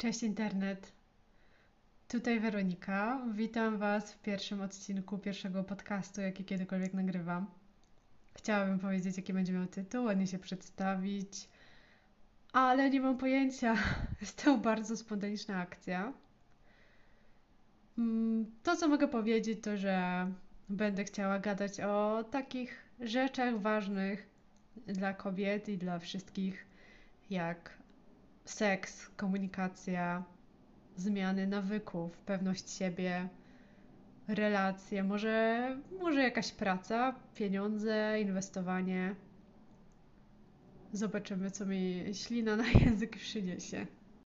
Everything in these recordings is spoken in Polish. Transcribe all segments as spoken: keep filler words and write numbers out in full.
Cześć internet, tutaj Weronika. Witam Was w pierwszym odcinku pierwszego podcastu, jaki kiedykolwiek nagrywam. Chciałabym powiedzieć, jaki będzie miał tytuł, ładnie się przedstawić, ale nie mam pojęcia. Jest to bardzo spontaniczna akcja. Mm, To, co mogę powiedzieć, to, że będę chciała gadać o takich rzeczach ważnych dla kobiet i dla wszystkich, jak seks, komunikacja, zmiany nawyków, pewność siebie, relacje, może, może jakaś praca, pieniądze, inwestowanie. Zobaczymy, co mi ślina na język przyniesie.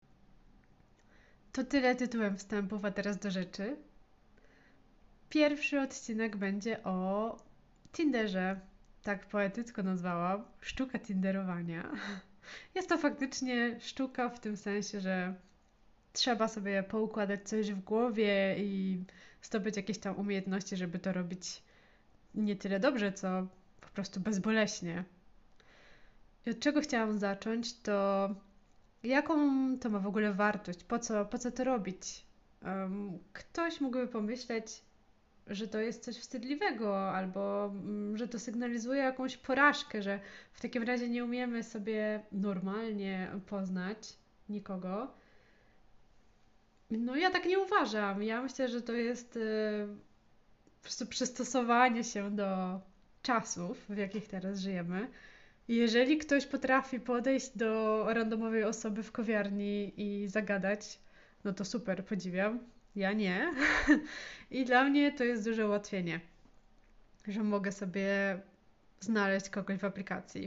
To tyle tytułem wstępów, a teraz do rzeczy. Pierwszy odcinek będzie o Tinderze. Tak poetycko nazwałam. Sztuka tinderowania. Jest to faktycznie sztuka w tym sensie, że trzeba sobie poukładać coś w głowie i zdobyć jakieś tam umiejętności, żeby to robić nie tyle dobrze, co po prostu bezboleśnie. I od czego chciałam zacząć, to jaką to ma w ogóle wartość? Po co, po co to robić? Um, ktoś mógłby pomyśleć, że to jest coś wstydliwego, albo mm, że to sygnalizuje jakąś porażkę, że w takim razie nie umiemy sobie normalnie poznać nikogo. No ja tak nie uważam. Ja myślę, że to jest y, po prostu przystosowanie się do czasów, w jakich teraz żyjemy. Jeżeli ktoś potrafi podejść do randomowej osoby w kawiarni i zagadać, no to super, podziwiam. Ja nie. I dla mnie to jest duże ułatwienie, że mogę sobie znaleźć kogoś w aplikacji.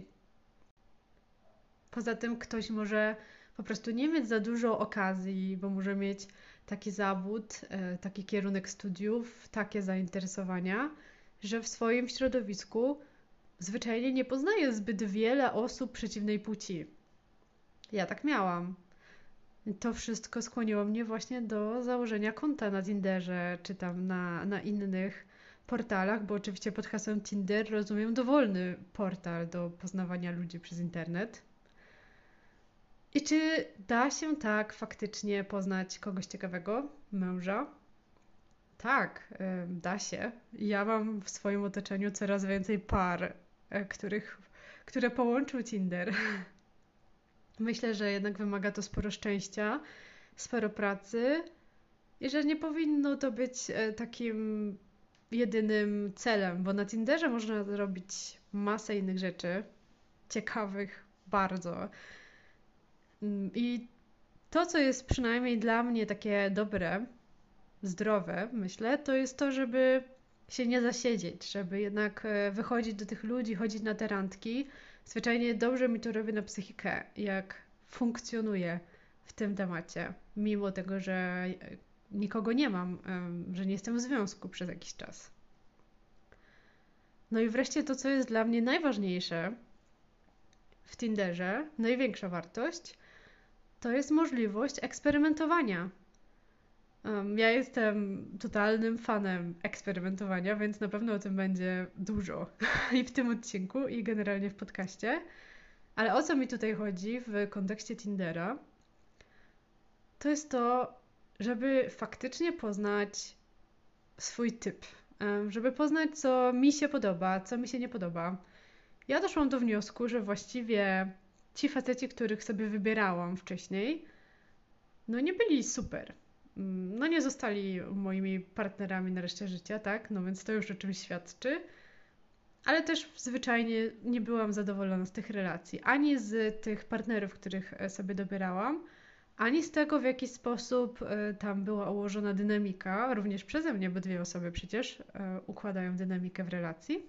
Poza tym ktoś może po prostu nie mieć za dużo okazji, bo może mieć taki zawód, e, taki kierunek studiów, takie zainteresowania, że w swoim środowisku zwyczajnie nie poznaje zbyt wiele osób przeciwnej płci. Ja tak miałam. To wszystko skłoniło mnie właśnie do założenia konta na Tinderze, czy tam na, na innych portalach, bo oczywiście pod hasłem Tinder rozumiem dowolny portal do poznawania ludzi przez internet. I czy da się tak faktycznie poznać kogoś ciekawego, męża? Tak, e, da się. Ja mam w swoim otoczeniu coraz więcej par, e, których, które połączył Tinder. Myślę, że jednak wymaga to sporo szczęścia, sporo pracy i że nie powinno to być e, takim jedynym celem, bo na Tinderze można zrobić masę innych rzeczy, ciekawych bardzo. Mm, I to, co jest przynajmniej dla mnie takie dobre, zdrowe, myślę, to jest to, żeby się nie zasiedzieć, żeby jednak e, wychodzić do tych ludzi, chodzić na te randki. Zwyczajnie dobrze mi to robi na psychikę, jak funkcjonuję w tym temacie, mimo tego, że e, nikogo nie mam, em, że nie jestem w związku przez jakiś czas. No i wreszcie to, co jest dla mnie najważniejsze w Tinderze, największa wartość, to jest możliwość eksperymentowania. Um, ja jestem totalnym fanem eksperymentowania, więc na pewno o tym będzie dużo i w tym odcinku, i generalnie w podcaście. Ale o co mi tutaj chodzi w kontekście Tindera, to jest to, żeby faktycznie poznać swój typ. Um, żeby poznać, co mi się podoba, co mi się nie podoba. Ja doszłam do wniosku, że właściwie ci faceci, których sobie wybierałam wcześniej, no nie byli super. Mm, No nie zostali moimi partnerami na resztę życia, tak? No więc to już o czymś świadczy. Ale też zwyczajnie nie byłam zadowolona z tych relacji. Ani z tych partnerów, których e, sobie dobierałam, ani z tego, w jaki sposób e, tam była ułożona dynamika, również przeze mnie, bo dwie osoby przecież e, układają dynamikę w relacji.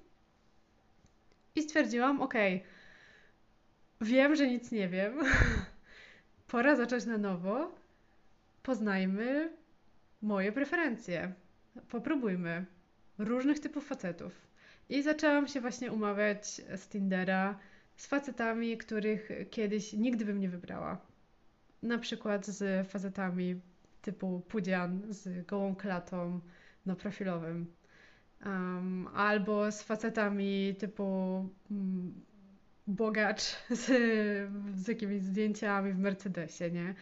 I stwierdziłam, okej, wiem, że nic nie wiem. Pora zacząć na nowo. Poznajmy moje preferencje. Popróbujmy różnych typów facetów. I zaczęłam się właśnie umawiać z Tindera z facetami, których kiedyś nigdy bym nie wybrała. Na przykład z facetami typu Pudzian z gołą klatą no profilowym. Um, albo z facetami typu mm, bogacz z, z jakimiś zdjęciami w Mercedesie, nie?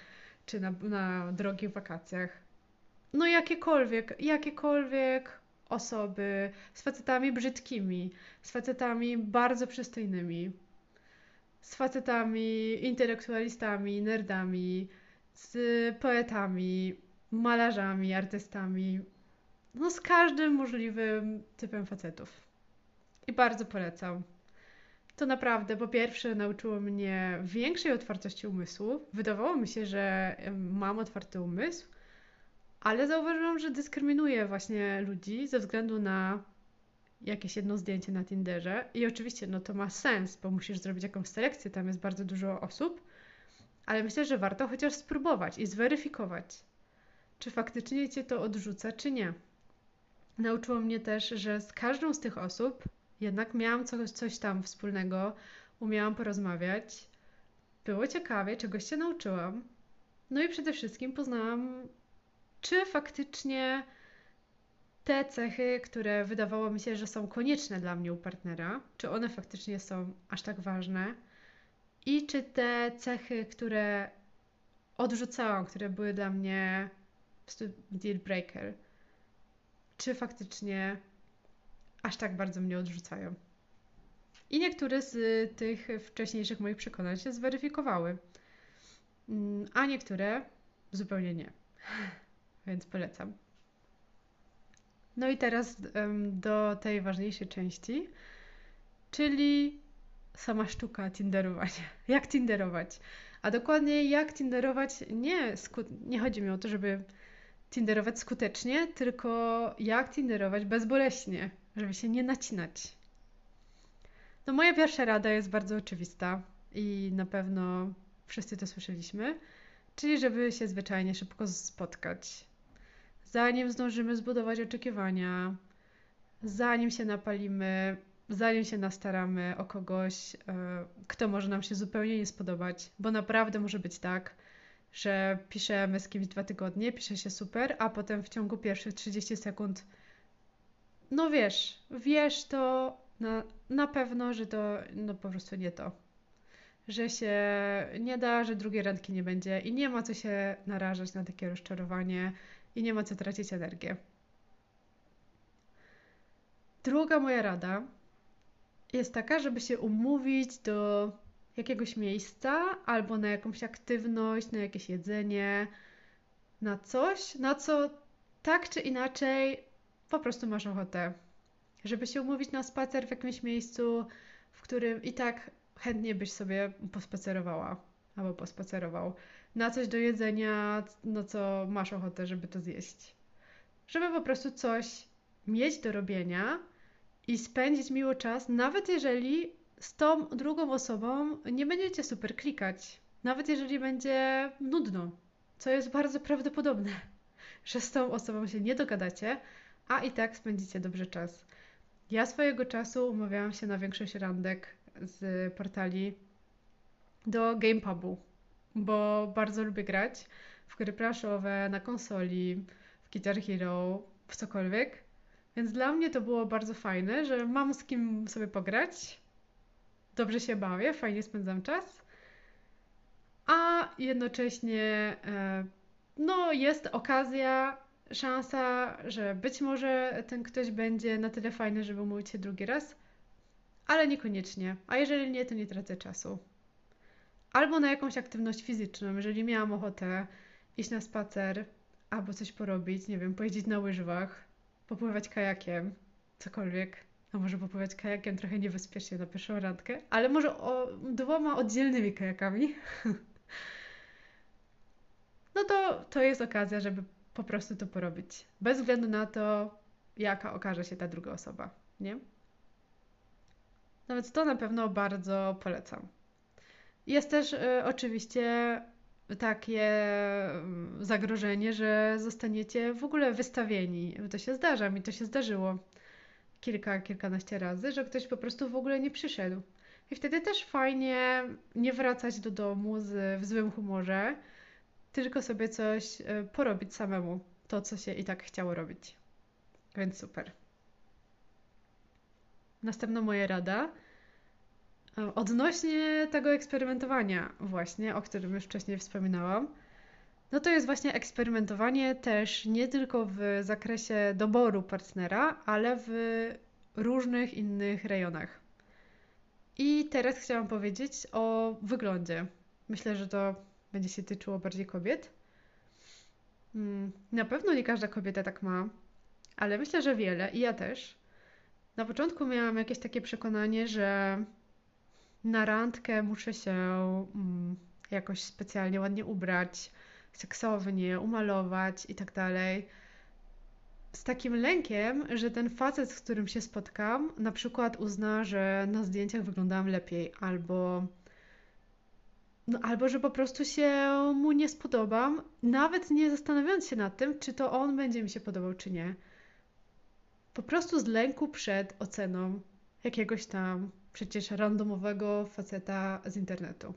czy na, na drogich wakacjach. No jakiekolwiek, jakiekolwiek osoby z facetami brzydkimi, z facetami bardzo przystojnymi, z facetami intelektualistami, nerdami, z poetami, malarzami, artystami, no z każdym możliwym typem facetów. I bardzo polecam. To naprawdę, po pierwsze, nauczyło mnie większej otwartości umysłu. Wydawało mi się, że mam otwarty umysł, ale zauważyłam, że dyskryminuję właśnie ludzi ze względu na jakieś jedno zdjęcie na Tinderze. I oczywiście, no to ma sens, bo musisz zrobić jakąś selekcję, tam jest bardzo dużo osób, ale myślę, że warto chociaż spróbować i zweryfikować, czy faktycznie cię to odrzuca, czy nie. Nauczyło mnie też, że z każdą z tych osób jednak miałam coś, coś tam wspólnego, umiałam porozmawiać, było ciekawie, czegoś się nauczyłam. No i przede wszystkim poznałam, czy faktycznie te cechy, które wydawało mi się, że są konieczne dla mnie u partnera, czy one faktycznie są aż tak ważne i czy te cechy, które odrzucałam, które były dla mnie deal breaker, czy faktycznie aż tak bardzo mnie odrzucają. I niektóre z tych wcześniejszych moich przekonań się zweryfikowały, a niektóre zupełnie nie. Więc polecam. No i teraz do tej ważniejszej części, czyli sama sztuka tinderowania. Jak tinderować? A dokładnie jak tinderować, nie, nie chodzi mi o to, żeby tinderować skutecznie, tylko jak tinderować bezboleśnie, żeby się nie nacinać. No moja pierwsza rada jest bardzo oczywista i na pewno wszyscy to słyszeliśmy, czyli żeby się zwyczajnie szybko spotkać. Zanim zdążymy zbudować oczekiwania, zanim się napalimy, zanim się nastaramy o kogoś, kto może nam się zupełnie nie spodobać, bo naprawdę może być tak, że piszemy z kimś dwa tygodnie, pisze się super, a potem w ciągu pierwszych trzydziestu sekund no wiesz, wiesz to na, na pewno, że to no po prostu nie to. Że się nie da, że drugiej randki nie będzie i nie ma co się narażać na takie rozczarowanie i nie ma co tracić energię. Druga moja rada jest taka, żeby się umówić do jakiegoś miejsca albo na jakąś aktywność, na jakieś jedzenie, na coś, na co tak czy inaczej po prostu masz ochotę. Żeby się umówić na spacer w jakimś miejscu, w którym i tak chętnie byś sobie pospacerowała albo pospacerował. Na coś do jedzenia, no co masz ochotę, żeby to zjeść. Żeby po prostu coś mieć do robienia i spędzić miło czas, nawet jeżeli z tą drugą osobą nie będziecie super klikać. Nawet jeżeli będzie nudno, co jest bardzo prawdopodobne, że z tą osobą się nie dogadacie, a i tak spędzicie dobrze czas. Ja swojego czasu umawiałam się na większość randek z portali do GamePubu, bo bardzo lubię grać w gry planszowe, na konsoli, w Guitar Hero, w cokolwiek. Więc dla mnie to było bardzo fajne, że mam z kim sobie pograć, dobrze się bawię, fajnie spędzam czas, a jednocześnie no, jest okazja, szansa, że być może ten ktoś będzie na tyle fajny, żeby umówić się drugi raz, ale niekoniecznie. A jeżeli nie, to nie tracę czasu. Albo na jakąś aktywność fizyczną, jeżeli miałam ochotę iść na spacer, albo coś porobić, nie wiem, pojeździć na łyżwach, popływać kajakiem, cokolwiek. A może popływać kajakiem trochę niebezpiecznie na pierwszą randkę, ale może o, dwoma oddzielnymi kajakami. No to, to jest okazja, żeby po prostu to porobić. Bez względu na to, jaka okaże się ta druga osoba, nie? Nawet to na pewno bardzo polecam. Jest też y, oczywiście takie y, zagrożenie, że zostaniecie w ogóle wystawieni. To się zdarza, mi to się zdarzyło kilka, kilkanaście razy, że ktoś po prostu w ogóle nie przyszedł. I wtedy też fajnie nie wracać do domu z, w złym humorze, tylko sobie coś y, porobić samemu. To, co się i tak chciało robić. Więc super. Następna moja rada odnośnie tego eksperymentowania właśnie, o którym już wcześniej wspominałam, No to jest właśnie eksperymentowanie też nie tylko w zakresie doboru partnera, ale w różnych innych rejonach. I teraz chciałam powiedzieć o wyglądzie. Myślę, że to będzie się tyczyło bardziej kobiet. Mm, Na pewno nie każda kobieta tak ma, ale myślę, że wiele i ja też. Na początku miałam jakieś takie przekonanie, że na randkę muszę się mm, jakoś specjalnie ładnie ubrać, seksownie, umalować i tak dalej. Z takim lękiem, że ten facet, z którym się spotkam, na przykład uzna, że na zdjęciach wyglądałam lepiej, albo, no, albo że po prostu się mu nie spodobam, nawet nie zastanawiając się nad tym, czy to on będzie mi się podobał, czy nie. Po prostu z lęku przed oceną jakiegoś tam przecież randomowego faceta z internetu.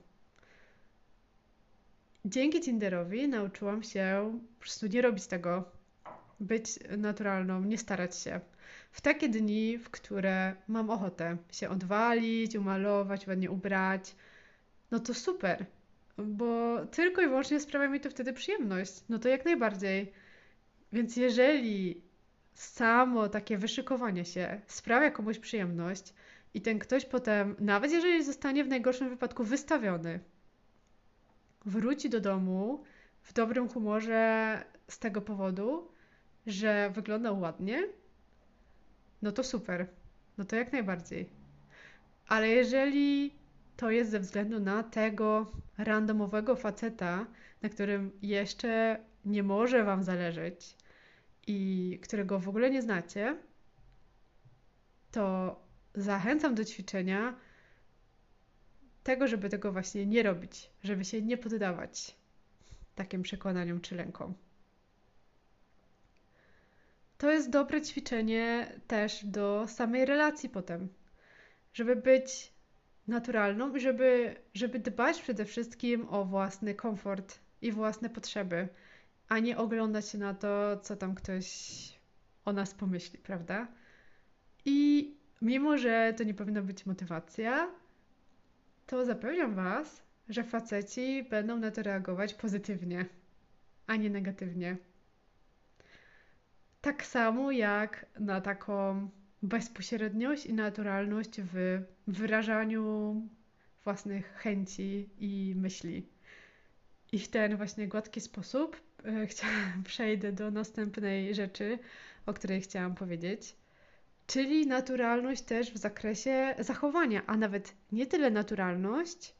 Dzięki Tinderowi nauczyłam się po prostu nie robić tego, być naturalną, nie starać się. W takie dni, w które mam ochotę się odwalić, umalować, ładnie ubrać, no to super, bo tylko i wyłącznie sprawia mi to wtedy przyjemność. No to jak najbardziej. Więc jeżeli samo takie wyszykowanie się sprawia komuś przyjemność i ten ktoś potem, nawet jeżeli zostanie w najgorszym wypadku wystawiony, wróci do domu w dobrym humorze z tego powodu, że wyglądał ładnie, no to super. No to jak najbardziej. Ale jeżeli to jest ze względu na tego randomowego faceta, na którym jeszcze nie może wam zależeć i którego w ogóle nie znacie, to zachęcam do ćwiczenia tego, żeby tego właśnie nie robić, żeby się nie poddawać takim przekonaniom czy lękom. To jest dobre ćwiczenie też do samej relacji potem, żeby być naturalną i żeby, żeby dbać przede wszystkim o własny komfort i własne potrzeby, a nie oglądać się na to, co tam ktoś o nas pomyśli, prawda? I mimo, że to nie powinna być motywacja, to zapewniam Was, że faceci będą na to reagować pozytywnie, a nie negatywnie. Tak samo jak na taką bezpośredniość i naturalność w wyrażaniu własnych chęci i myśli. I w ten właśnie gładki sposób e, chciałam, przejdę do następnej rzeczy, o której chciałam powiedzieć, czyli naturalność też w zakresie zachowania, a nawet nie tyle naturalność,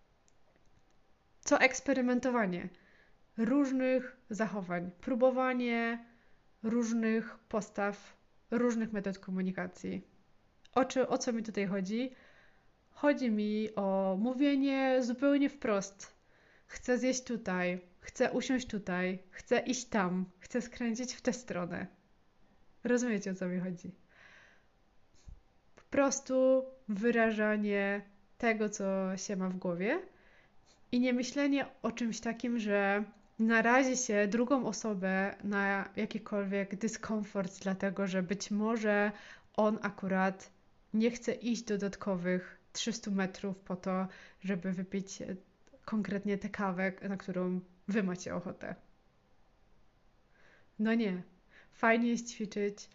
co eksperymentowanie różnych zachowań, próbowanie różnych postaw, różnych metod komunikacji. O, czy, o co mi tutaj chodzi? Chodzi mi o mówienie zupełnie wprost. Chcę zjeść tutaj, chcę usiąść tutaj, chcę iść tam, chcę skręcić w tę stronę. Rozumiecie, o co mi chodzi? Po prostu wyrażanie tego, co się ma w głowie i nie myślenie o czymś takim, że narazi się drugą osobę na jakikolwiek dyskomfort, dlatego że być może on akurat nie chce iść dodatkowych trzysta metrów po to, żeby wypić konkretnie tę kawę, na którą wy macie ochotę. No nie. Fajnie jest ćwiczyć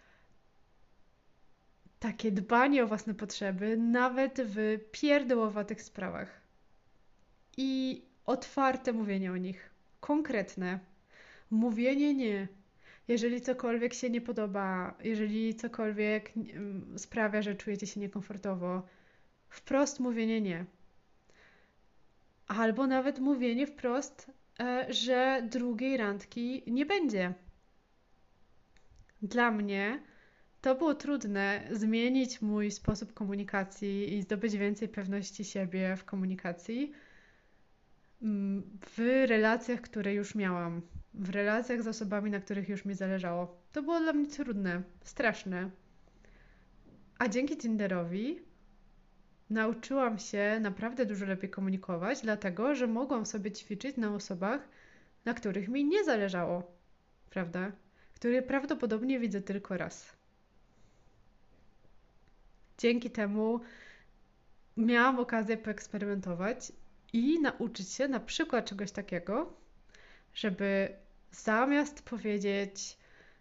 takie dbanie o własne potrzeby, nawet w pierdołowatych sprawach. I otwarte mówienie o nich. Konkretne. Mówienie nie. Jeżeli cokolwiek się nie podoba, jeżeli cokolwiek sprawia, że czujecie się niekomfortowo, wprost mówienie nie. Albo nawet mówienie wprost, że drugiej randki nie będzie. Dla mnie to było trudne zmienić mój sposób komunikacji i zdobyć więcej pewności siebie w komunikacji w relacjach, które już miałam, w relacjach z osobami, na których już mi zależało. To było dla mnie trudne, straszne. A dzięki Tinderowi nauczyłam się naprawdę dużo lepiej komunikować, dlatego że mogłam sobie ćwiczyć na osobach, na których mi nie zależało, prawda? Które prawdopodobnie widzę tylko raz. Dzięki temu miałam okazję poeksperymentować i nauczyć się na przykład czegoś takiego, żeby zamiast powiedzieć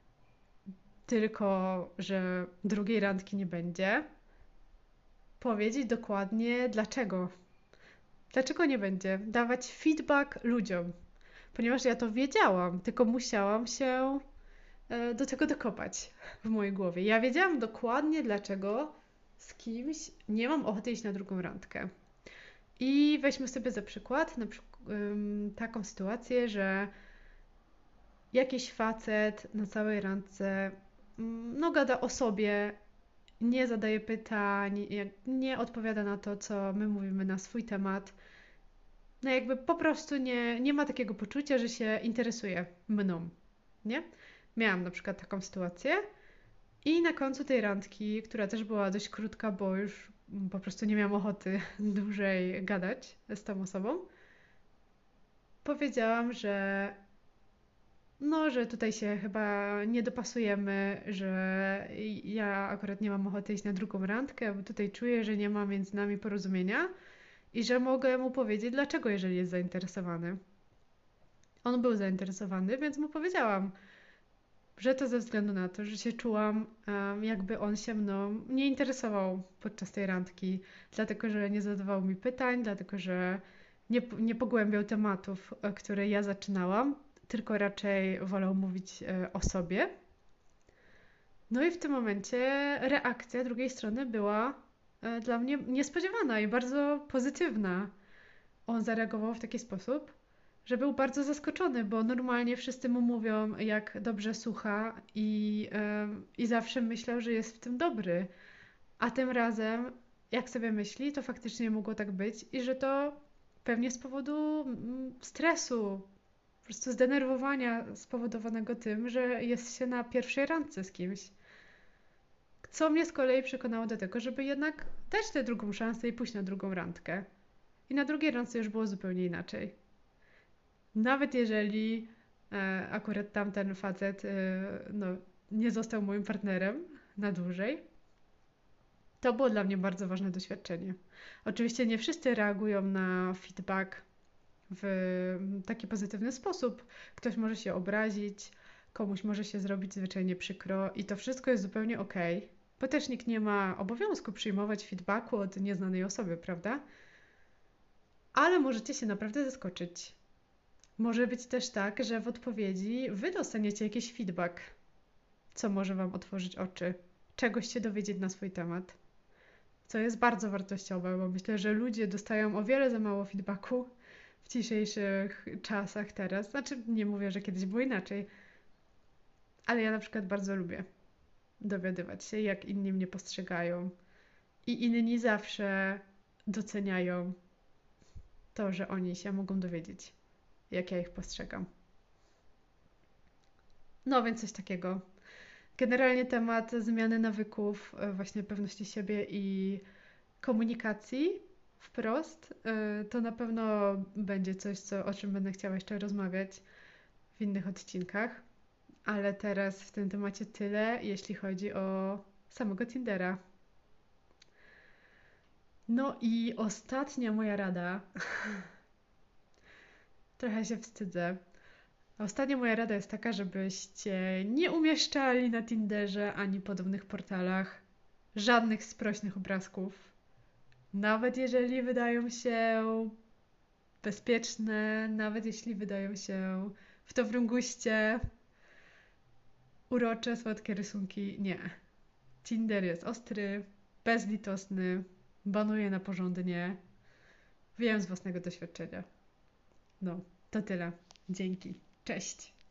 tylko, że drugiej randki nie będzie, powiedzieć dokładnie dlaczego. Dlaczego nie będzie? Dawać feedback ludziom. Ponieważ ja to wiedziałam, tylko musiałam się e, do tego dokopać w mojej głowie. Ja wiedziałam dokładnie dlaczego z kimś nie mam ochoty iść na drugą randkę. I weźmy sobie za przykład na przykład, ym, taką sytuację, że jakiś facet na całej randce ym, no gada o sobie, nie zadaje pytań, nie odpowiada na to, co my mówimy na swój temat. No jakby po prostu nie, nie ma takiego poczucia, że się interesuje mną, nie? Miałam na przykład taką sytuację i na końcu tej randki, która też była dość krótka, bo już po prostu nie miałam ochoty dłużej gadać z tą osobą, powiedziałam, że no, że tutaj się chyba nie dopasujemy, że ja akurat nie mam ochoty iść na drugą randkę, bo tutaj czuję, że nie ma między nami porozumienia i że mogę mu powiedzieć dlaczego, jeżeli jest zainteresowany. On był zainteresowany, więc mu powiedziałam, że to ze względu na to, że się czułam, um, jakby on się mną nie interesował podczas tej randki, dlatego że nie zadawał mi pytań, dlatego że nie, nie pogłębiał tematów, e, które ja zaczynałam, tylko raczej wolał mówić e, o sobie. No i w tym momencie reakcja drugiej strony była e, dla mnie niespodziewana i bardzo pozytywna. On zareagował w taki sposób, że był bardzo zaskoczony, bo normalnie wszyscy mu mówią, jak dobrze słucha i, em, i zawsze myślał, że jest w tym dobry. A tym razem, jak sobie myśli, to faktycznie mogło tak być i że to pewnie z powodu mm, stresu, po prostu zdenerwowania spowodowanego tym, że jest się na pierwszej randce z kimś. Co mnie z kolei przekonało do tego, żeby jednak dać tę drugą szansę i pójść na drugą randkę. I na drugiej randce już było zupełnie inaczej. Nawet jeżeli e, akurat tamten facet e, no, nie został moim partnerem na dłużej, to było dla mnie bardzo ważne doświadczenie. Oczywiście nie wszyscy reagują na feedback w taki pozytywny sposób. Ktoś może się obrazić, komuś może się zrobić zwyczajnie przykro i to wszystko jest zupełnie okej, bo też nikt nie ma obowiązku przyjmować feedbacku od nieznanej osoby, prawda? Ale możecie się naprawdę zaskoczyć. Może być też tak, że w odpowiedzi wy dostaniecie jakiś feedback, co może wam otworzyć oczy, czegoś się dowiedzieć na swój temat, co jest bardzo wartościowe, bo myślę, że ludzie dostają o wiele za mało feedbacku w dzisiejszych czasach teraz. Znaczy, nie mówię, że kiedyś było inaczej, ale ja na przykład bardzo lubię dowiadywać się, jak inni mnie postrzegają. I inni zawsze doceniają to, że oni się mogą dowiedzieć, jak ja ich postrzegam. No więc coś takiego. Generalnie temat zmiany nawyków, e, właśnie pewności siebie i komunikacji wprost, e, to na pewno będzie coś, co, o czym będę chciała jeszcze rozmawiać w innych odcinkach. Ale teraz w tym temacie tyle, jeśli chodzi o samego Tindera. No i ostatnia moja rada. Trochę się wstydzę. Ostatnia moja rada jest taka, żebyście nie umieszczali na Tinderze ani podobnych portalach żadnych sprośnych obrazków. Nawet jeżeli wydają się bezpieczne, nawet jeśli wydają się w dobrym guście, urocze, słodkie rysunki, nie. Tinder jest ostry, bezlitosny, banuje na porządnie. Wiem z własnego doświadczenia. No, to tyle. Dzięki. Cześć.